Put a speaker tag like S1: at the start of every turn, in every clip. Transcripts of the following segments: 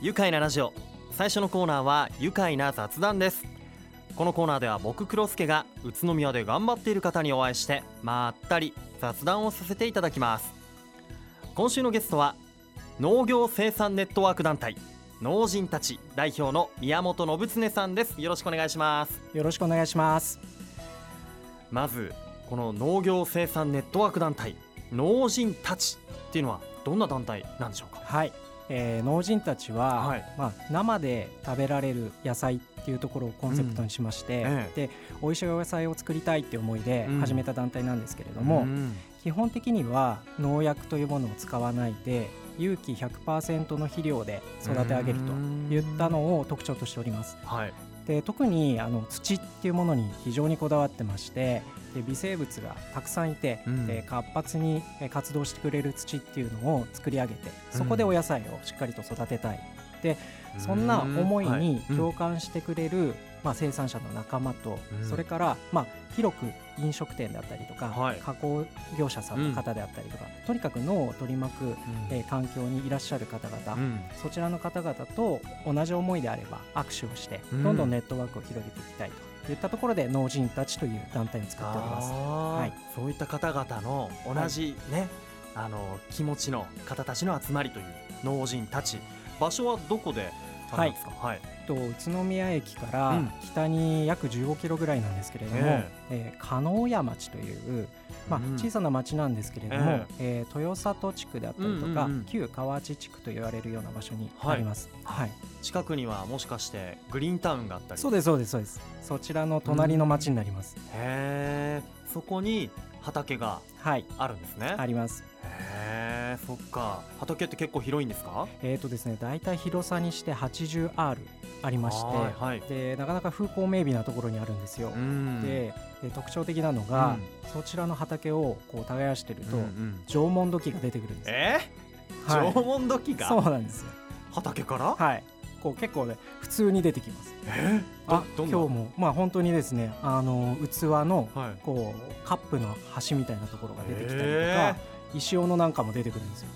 S1: 愉快なラジオ。最初のコーナーは愉快な雑談です。このコーナーでは僕黒助が宇都宮で頑張っている方にお会いしてまったり雑談をさせていただきます。今週のゲストは農業生産ネットワーク団体農人たち代表の宮本信常さんです。よろしくお願いします。
S2: よろしくお願いします。
S1: まずこの農業生産ネットワーク団体農人たちっていうのはどんな団体なんでしょうか？
S2: はい、農人たちは、
S1: はい
S2: 生で食べられる野菜っていうところをコンセプトにしまして、で美味しいお野菜を作りたいって思いで始めた団体なんですけれども、基本的には農薬というものを使わないで有機 100% の肥料で育て上げるといったのを特徴としております。
S1: はい、
S2: で特に土っていうものに非常にこだわってまして、で微生物がたくさんいて、で活発に活動してくれる土っていうのを作り上げて、そこでお野菜をしっかりと育てたい。でそんな思いに共感してくれる、生産者の仲間と、それから、広く飲食店であったりとか、加工業者さんの方であったりとか、とにかく農を取り巻く、環境にいらっしゃる方々、そちらの方々と同じ思いであれば握手をして、どんどんネットワークを広げていきたいといったところで農人たちという団体を作っております。
S1: そういった方々の同じ、気持ちの方たちの集まりという農人たち。場所はどこであるんですか？
S2: 宇都宮駅から北に約15キロぐらいなんですけれども、叶谷町という、小さな町なんですけれども、豊里地区であったりとか、旧河内地区と言われるような場所にあります。
S1: 近くにはもしかしてグリーンタウンがあったり？
S2: そうですそうですそうです。そちらの隣の町になります。
S1: そこに畑があるんですね。
S2: あります。
S1: そっか。畑って結構広いんですか？
S2: ですね、だいたい広さにして 80R ありまして、でなかなか風光明媚なところにあるんですよ。で特徴的なのが、そちらの畑をこう耕してると、縄文土器が出てくるんですよ。
S1: 縄文土器が？そう
S2: なんですよ。
S1: 畑から？
S2: こう結構ね普通に出てきます。今日も本当にですね、器のこうカップの端みたいなところが出てきたりとか、石斧なんかも出てくるんですよ。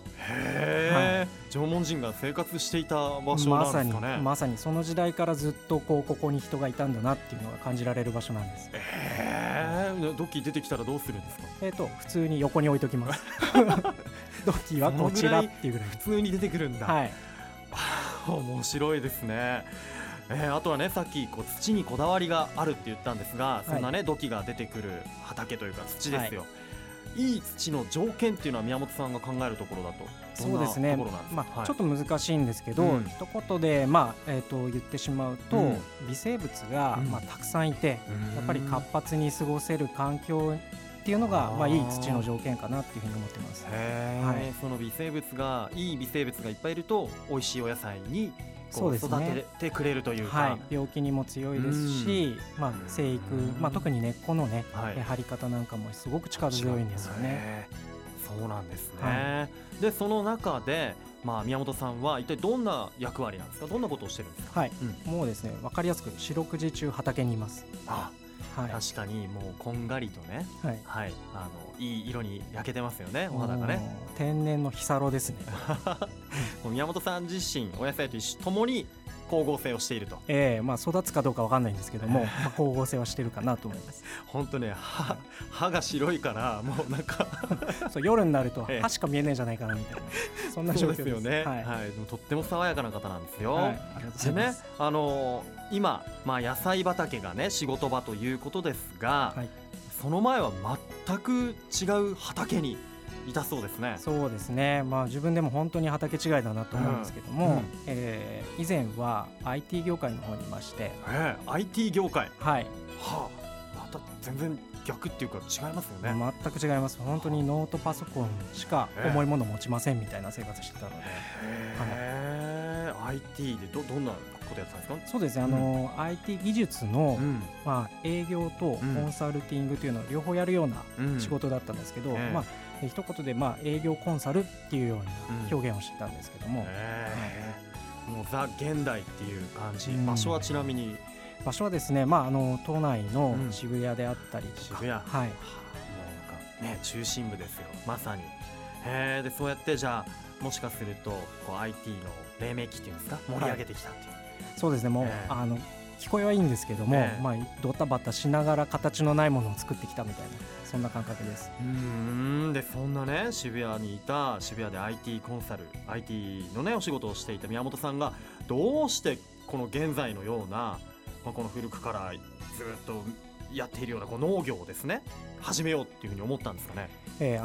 S1: 縄文人が生活していた場所なんですかね。
S2: まさにその時代からずっとここに人がいたんだなっていうのが感じられる場所なんです。
S1: 土器出てきたらどうするんですか？
S2: 普通に横に置いときます土器はこちらっていうぐらい
S1: 普通に出てくるんだ。面白いですね。あとはね、さっき土にこだわりがあるって言ったんですが、そんなね土器が出てくる畑というか土ですよ。いい土の条件っていうのは宮本さんが考えるところだと
S2: そうですね、ちょっと難しいんですけど、一言で、言ってしまうと、微生物が、たくさんいて、やっぱり活発に過ごせる環境っていうのが、いい土の条件かなっていうふうに思ってます。
S1: その微生物がいい微生物がいっぱいいると美味しいお野菜に育ててくれるというか、
S2: 病気にも強いですし、生育、特に根っこのね、張り方なんかもすごく力強いんですよね。
S1: そうなんですね。でその中で、宮本さんは一体どんな役割なんですか？どんなことをしてるんですか？
S2: もうですね、分かりやすく四六時中畑にいます。
S1: 確かにもうこんがりとね、いい色に焼けてますよね、お肌がね。
S2: 天然の日サロですね
S1: 宮本さん自身お野菜とともに光合成をしていると。
S2: 育つかどうか分かんないんですけども、光合成はしてるかなと思います。
S1: 本当ね、歯が白いからもうなんか
S2: そう、夜になると歯しか見えないんじゃないかなみたいな、そんな状況です。
S1: そうですよね。でもとっても爽やかな方なんですよ。でね、今、野菜畑がね仕事場ということですが、その前は全く違う畑にいたそうですね。
S2: そうですね、自分でも本当に畑違いだなと思うんですけども、以前は IT 業界の方にいまして。
S1: IT 業界？また全然逆っていうか違いますよね。
S2: 全く違います。本当にノートパソコンしか重いもの持ちませんみたいな生活してたので。
S1: IT でどんなことやってたんですか？
S2: そうですね、IT 技術の、営業とコンサルティングというのを両方やるような仕事だったんですけど、一言で営業コンサルっていうような表現をしてたんですけども、
S1: もうザ現代っていう感じ。場所はちなみに？
S2: 場所はですね、都内の渋谷であったりとか、
S1: 渋谷、もうなんかね中心部ですよ、まさに。でそうやってじゃあもしかするとこう IT の黎明期っていうんですか、盛り上げてきたっていう、
S2: そうですね、もう、聞こえはいいんですけども、ドタバタしながら形のないものを作ってきたみたいな、そんな感覚です。
S1: でそんなね、渋谷で IT コンサル IT のねお仕事をしていた宮本さんが、どうしてこの現在のような、この古くからずっとやっているようなこう農業をですね始めようっていうふうに思ったんですかね。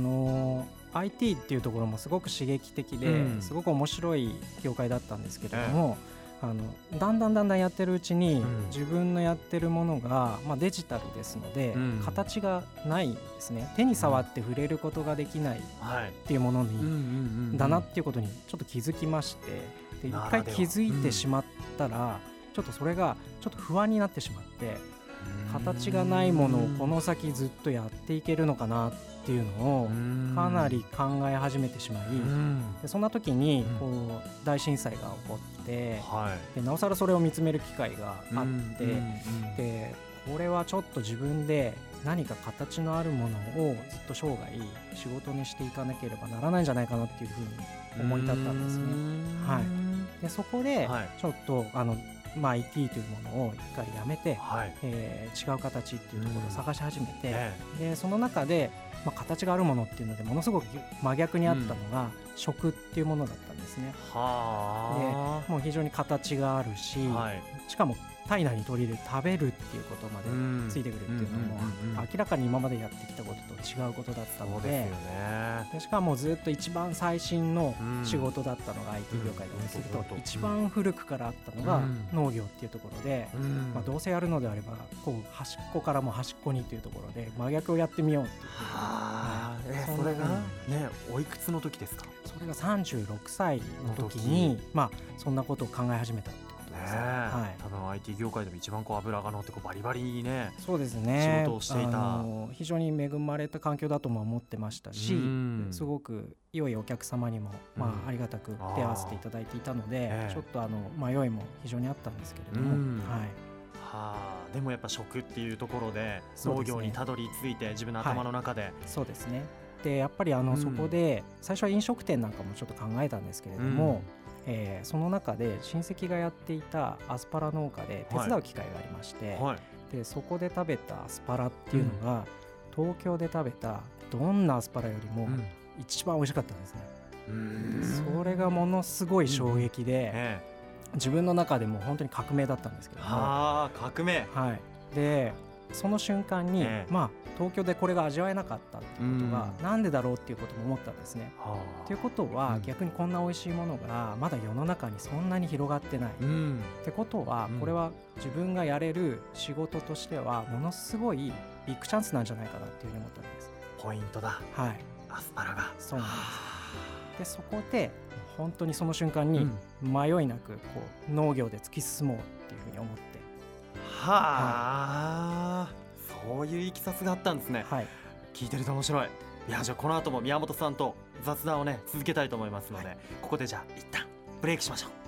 S2: IT っていうところもすごく刺激的で、すごく面白い業界だったんですけれども、だんだんやってるうちに、自分のやってるものが、デジタルですので、形がないんですね。手に触って触れることができないっていうものにだなっていうことにちょっと気づきまして、で一回気づいてしまったら、ちょっとそれがちょっと不安になってしまって、形がないものをこの先ずっとやっていけるのかなっていうのをかなり考え始めてしまい、でそんな時にこう大震災が起こって、でなおさらそれを見つめる機会があって、でこれはちょっと自分で何か形のあるものをずっと生涯仕事にしていかなければならないんじゃないかなっていうふうに思い立ったんですね。でそこでちょっとIT というものを一回やめて、違う形っていうところを探し始めて、でその中で、形があるものっていうのでものすごく真逆にあったのが、食っていうものだったんですね。でもう非常に形があるし、しかも体内に取り入れる食べるっていうことまでついてくるっていうのも明らかに今までやってきたことと違うことだったので、しかもずっと一番最新の仕事だったのが IT 業界だとすると、一番古くからあったのが農業っていうところで、どうせやるのであればこう端っこからも端っこにというところで真逆をやってみようっていう。
S1: それがね、おいくつの時ですか？
S2: それが36歳の時にそんなことを考え始めた。
S1: 多分 IT 業界でも一番こう油が乗ってこうバリバリにね、
S2: そうですね、
S1: 仕事をしていた、
S2: 非常に恵まれた環境だとも思ってましたし、すごく良いお客様にもありがたく出会わせていただいていたので、ちょっと迷いも非常にあったんですけれども、
S1: でもやっぱ食っていうところで農業にたどり着いて、自分の頭の中で、
S2: そうですね。でやっぱりそこで最初は飲食店なんかもちょっと考えたんですけれども、その中で親戚がやっていたアスパラ農家で手伝う機会がありまして、でそこで食べたアスパラっていうのが、東京で食べたどんなアスパラよりも一番美味しかったんですね。それがものすごい衝撃で、自分の中でも本当に革命だったんですけども、
S1: 革命、
S2: でその瞬間に、東京でこれが味わえなかったっていうことが、なんでだろうっていうことも思ったんですね。ということは、逆にこんな美味しいものがまだ世の中にそんなに広がってない、ってことは、これは自分がやれる仕事としてはものすごいビッグチャンスなんじゃないかなっていうふうに思ったんです。
S1: ポイントだ、アスパラが。
S2: そうなんです。でそこで本当にその瞬間に迷いなくこう農業で突き進もうっていうふうに思って、
S1: そういういきさつがあったんですね。聞いてると面白い。いや、じゃあこの後も宮本さんと雑談をね続けたいと思いますので、ここでじゃあ一旦ブレイクしましょう。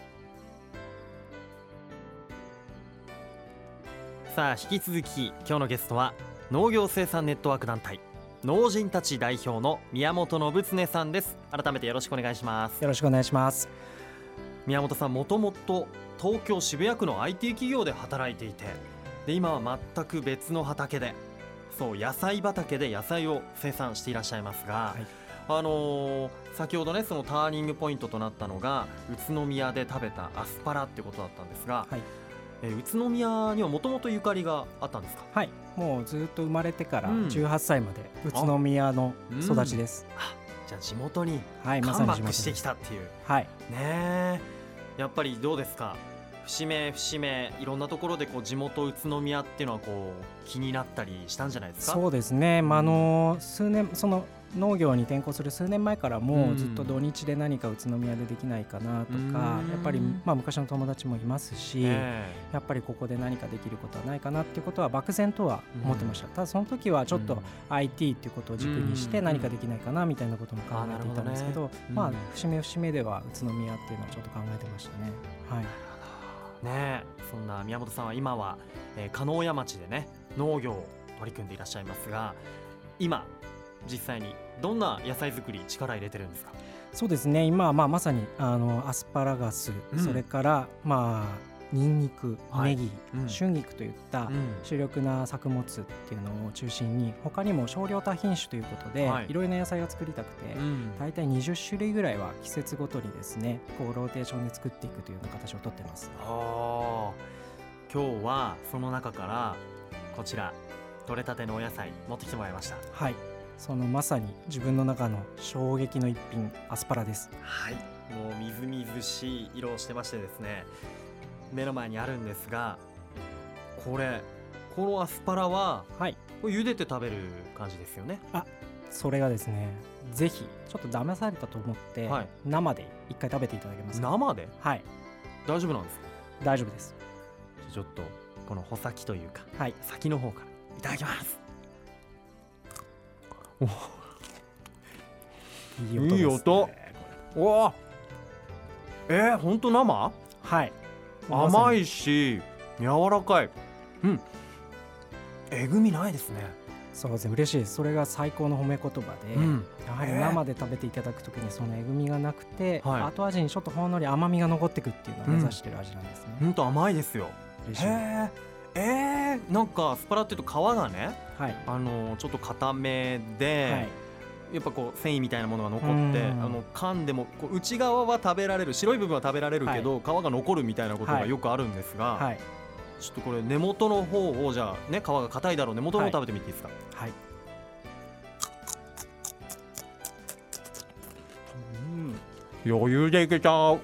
S1: さあ引き続き今日のゲストは農業生産ネットワーク団体農人たち代表の宮本信常さんです。改めてよろしくお願いします。
S2: よろしくお願いします。
S1: 宮本さん、もともと東京渋谷区の IT 企業で働いていて、で今は全く別の畑で、そう野菜畑で野菜を生産していらっしゃいますが、先ほどねそのターニングポイントとなったのが宇都宮で食べたアスパラってことだったんですが、宇都宮にはもともとゆかりがあったんですか？
S2: もうずっと生まれてから18歳まで宇都宮の育ちです。
S1: じゃあ地元にカムバックしてきたっていう、ね。やっぱりどうですか、節目いろんなところでこう地元宇都宮っていうのはこう気になったりしたんじゃないですか？
S2: そうですね、数年その農業に転向する数年前からもずっと土日で何か宇都宮でできないかなとか、やっぱり昔の友達もいますし、やっぱりここで何かできることはないかなっていうことは漠然とは思ってました。ただその時はちょっと IT っていうことを軸にして何かできないかなみたいなことも考えていたんですけど、節目では宇都宮っていうのをちょっと考えてましたね。
S1: そんな宮本さんは今は叶谷町でね農業を取り組んでいらっしゃいますが、今実際にどんな野菜作り力入れてるんですか？
S2: そうですね、今、まさにアスパラガス、それからニンニク、ネギ、春菊といった主力な作物っていうのを中心に、他にも少量多品種ということで、いろいろな野菜を作りたくて、だいたい20種類ぐらいは季節ごとにですね、こうローテーションで作っていくというような形をとってます。
S1: 今日はその中からこちら取れたてのお野菜持ってきてもらいました。
S2: はい、そのまさに自分の中の衝撃の一品、アスパラです。
S1: はい、もうみずみずしい色をしてましてですね、目の前にあるんですが、このアスパラは、これ茹でて食べる感じですよね。
S2: それがですね、ぜひちょっと騙されたと思って、生で一回食べていただけますか。
S1: 生で？
S2: はい、
S1: 大丈夫なんですか？
S2: 大丈夫です。
S1: ちょっとこの穂先というか、先の方からいただきます。
S2: いい音ですね。いい音。
S1: おー、ほんと生？
S2: はい、
S1: 甘いし柔らかい。えぐみないですね。
S2: そうですね、嬉しいです。それが最高の褒め言葉で、やはり生で食べていただくときにそのえぐみがなくて、後味にちょっとほんのり甘みが残っていくっていうのを目指している味なんですね。
S1: ほんと甘いですよ。
S2: 嬉しい。
S1: なんかアスパラっていうと皮がね、ちょっと固めで、やっぱこう繊維みたいなものが残って、噛んでもこう内側は食べられる、白い部分は食べられるけど、皮が残るみたいなことがよくあるんですが、ちょっとこれ根元の方を、じゃあね、皮が硬いだろう、根元の方食べてみていいですか？はい。余裕でいけちゃう。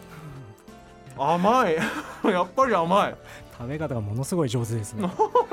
S1: 甘いやっぱり甘い。
S2: 食べ方がものすごい上手ですね。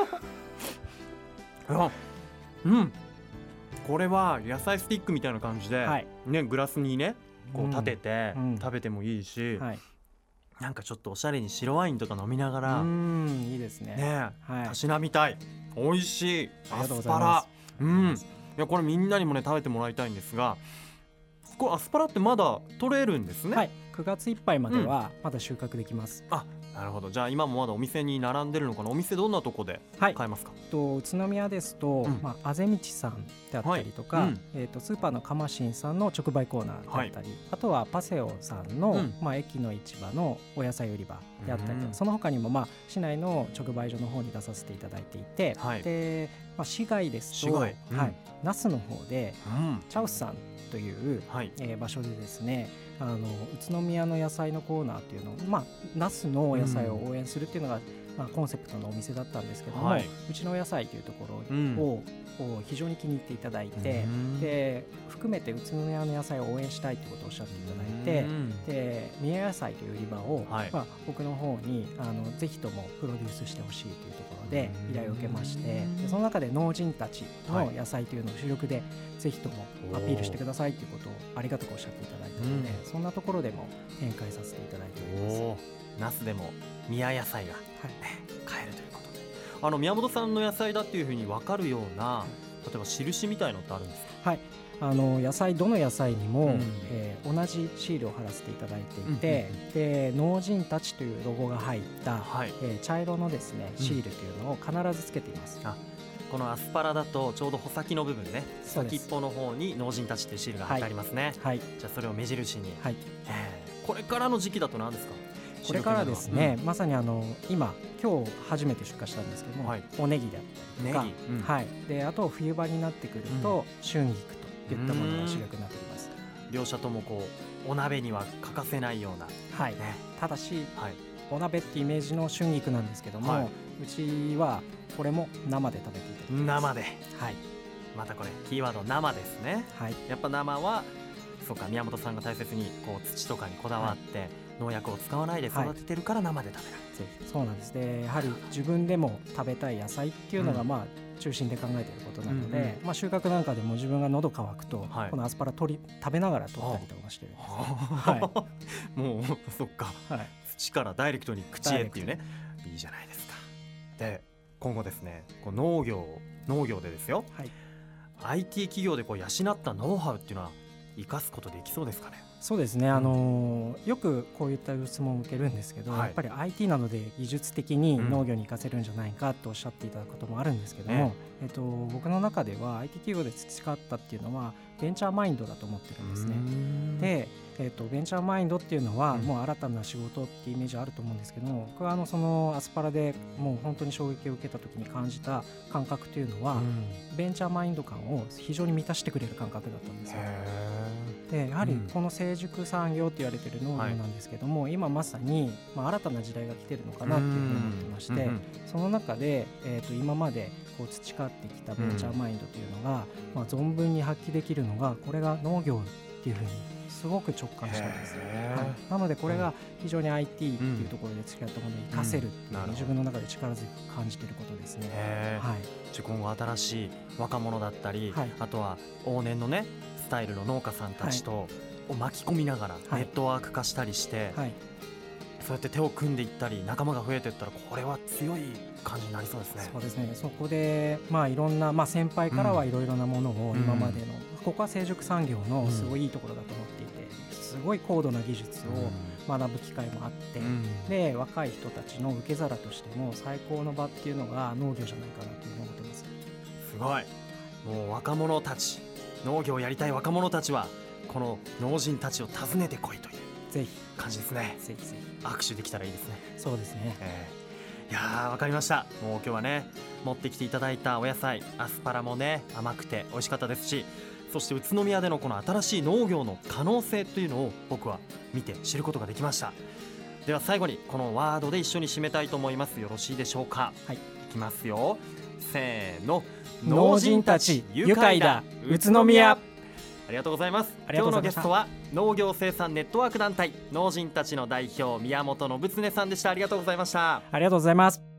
S1: これは野菜スティックみたいな感じで、グラスにねこう立てて食べてもいいし、なんかちょっとおしゃれに白ワインとか飲みながら、
S2: いいですね。
S1: たしなみたい。美味しいアスパラ。いや、これみんなにもね食べてもらいたいんですが、これアスパラってまだ取れるんですね。
S2: 9月いっぱいまではまだ収穫できます。
S1: なるほど。じゃあ今もまだお店に並んでるのかな。お店どんなとこで買えますか？
S2: 宇都宮ですと、あぜ道さんであったりとか、スーパーのかましんさんの直売コーナーであったり、あとはパセオさんの、駅の市場のお野菜売り場であったりと、その他にも市内の直売所の方に出させていただいていて、で、市街ですと那須の方で、チャウスさんという、場所でですね、宇都宮の野菜のコーナーっていうのを、那須の野菜を応援するっていうのが、コンセプトのお店だったんですけども、うちの野菜というところを、非常に気に入っていただいて、で含めて宇都宮の野菜を応援したいということをおっしゃっていただいて、で宮野菜という売り場を、僕の方にぜひともプロデュースしてほしいというところで依頼を受けまして、でその中で農人たちの野菜というのを主力でぜひともアピールしてくださいということをありがたくおっしゃっていただいたので、そんなところでも展開させていただいております。
S1: 那須でも宮野菜が、買えるということで、宮本さんの野菜だっていうふうに分かるような、例えば印みたいのってあるんですか？
S2: 野菜、どの野菜にも、同じシールを貼らせていただいていて、で農人たちというロゴが入った、茶色のですねシールというのを必ずつけています。
S1: このアスパラだとちょうど穂先の部分ね、先っぽの方に農人たちっていうシールが貼ってありますね。じゃあそれを目印に、これからの時期だと何ですか？
S2: これからですね、まさに今日初めて出荷したんですけども、おネギであったりとか、であと冬場になってくると春菊といったものが主力になっています。
S1: 両者ともこうお鍋には欠かせないような、
S2: ただし、お鍋ってイメージの春菊なんですけども、うちはこれも生で食べていただきます。
S1: 生で、またこれキーワード生ですね。やっぱ生はそうか、宮本さんが大切にこう土とかにこだわって、農薬を使わないで育ててるから生で食べられる。
S2: そうなんです。でやはり自分でも食べたい野菜っていうのが中心で考えていることなので、収穫なんかでも自分が喉乾くと、このアスパラ食べながら取ったりとかしてるんです
S1: もうそっか、土からダイレクトに口へっていうね、いいじゃないですか。で今後ですね、こう農業でですよ、IT 企業でこう養ったノウハウっていうのは生かすことできそうですかね？
S2: そうですね、よくこういった質問を受けるんですけど、やっぱり IT などで技術的に農業に活かせるんじゃないかとおっしゃっていただくこともあるんですけども、僕の中では IT 企業で培ったっていうのはベンチャーマインドだと思ってるんですね。で、ベンチャーマインドっていうのはもう新たな仕事っていうイメージあると思うんですけども、僕はそのアスパラでもう本当に衝撃を受けた時に感じた感覚というのは、ベンチャーマインド感を非常に満たしてくれる感覚だったんですよ。でやはりこの成熟産業って言われている農業なんですけども、今まさに新たな時代が来てるのかなっていうふうに思ってまして、その中で、今までこう培ってきたベンチャーマインドというのが、存分に発揮できるのがこれが農業っていうふうにすごく直感したんです、なのでこれが非常に IT っていうところで培ったものを生かせるっていう、自分の中で力強く感じていることですね。
S1: 今後新しい若者だったり、あとは往年のねスタイルの農家さんたちとを巻き込みながらネットワーク化したりして、そうやって手を組んでいったり仲間が増えていったら、これは強い感じになりそうですね。
S2: そうですね。そこでいろんな、先輩からはいろいろなものを今までの、ここは成熟産業のすごいいいところだと思っていて、すごい高度な技術を学ぶ機会もあって、で若い人たちの受け皿としても最高の場っていうのが農業じゃないかなというふうに思ってます。
S1: すごい。もう若者たち、農業をやりたい若者たちはこの農人たちを訪ねてこいという
S2: ぜひ
S1: 感じですね。
S2: ぜひぜひ
S1: 握手できたらいいですね。
S2: そうですね、
S1: いやー、わかりました。もう今日はね持ってきていただいたお野菜、アスパラもね甘くて美味しかったですし、そして宇都宮でのこの新しい農業の可能性というのを僕は見て知ることができました。では最後にこのワードで一緒に締めたいと思います。よろしいでしょうか。いきますよ、せーの。
S2: 農人たち愉快だ宇都宮。
S1: ありがとうございます。今日のゲストは農業生産ネットワーク団体農人たちの代表、宮本信常さんでした。ありがとうございました。
S2: ありがとうございます。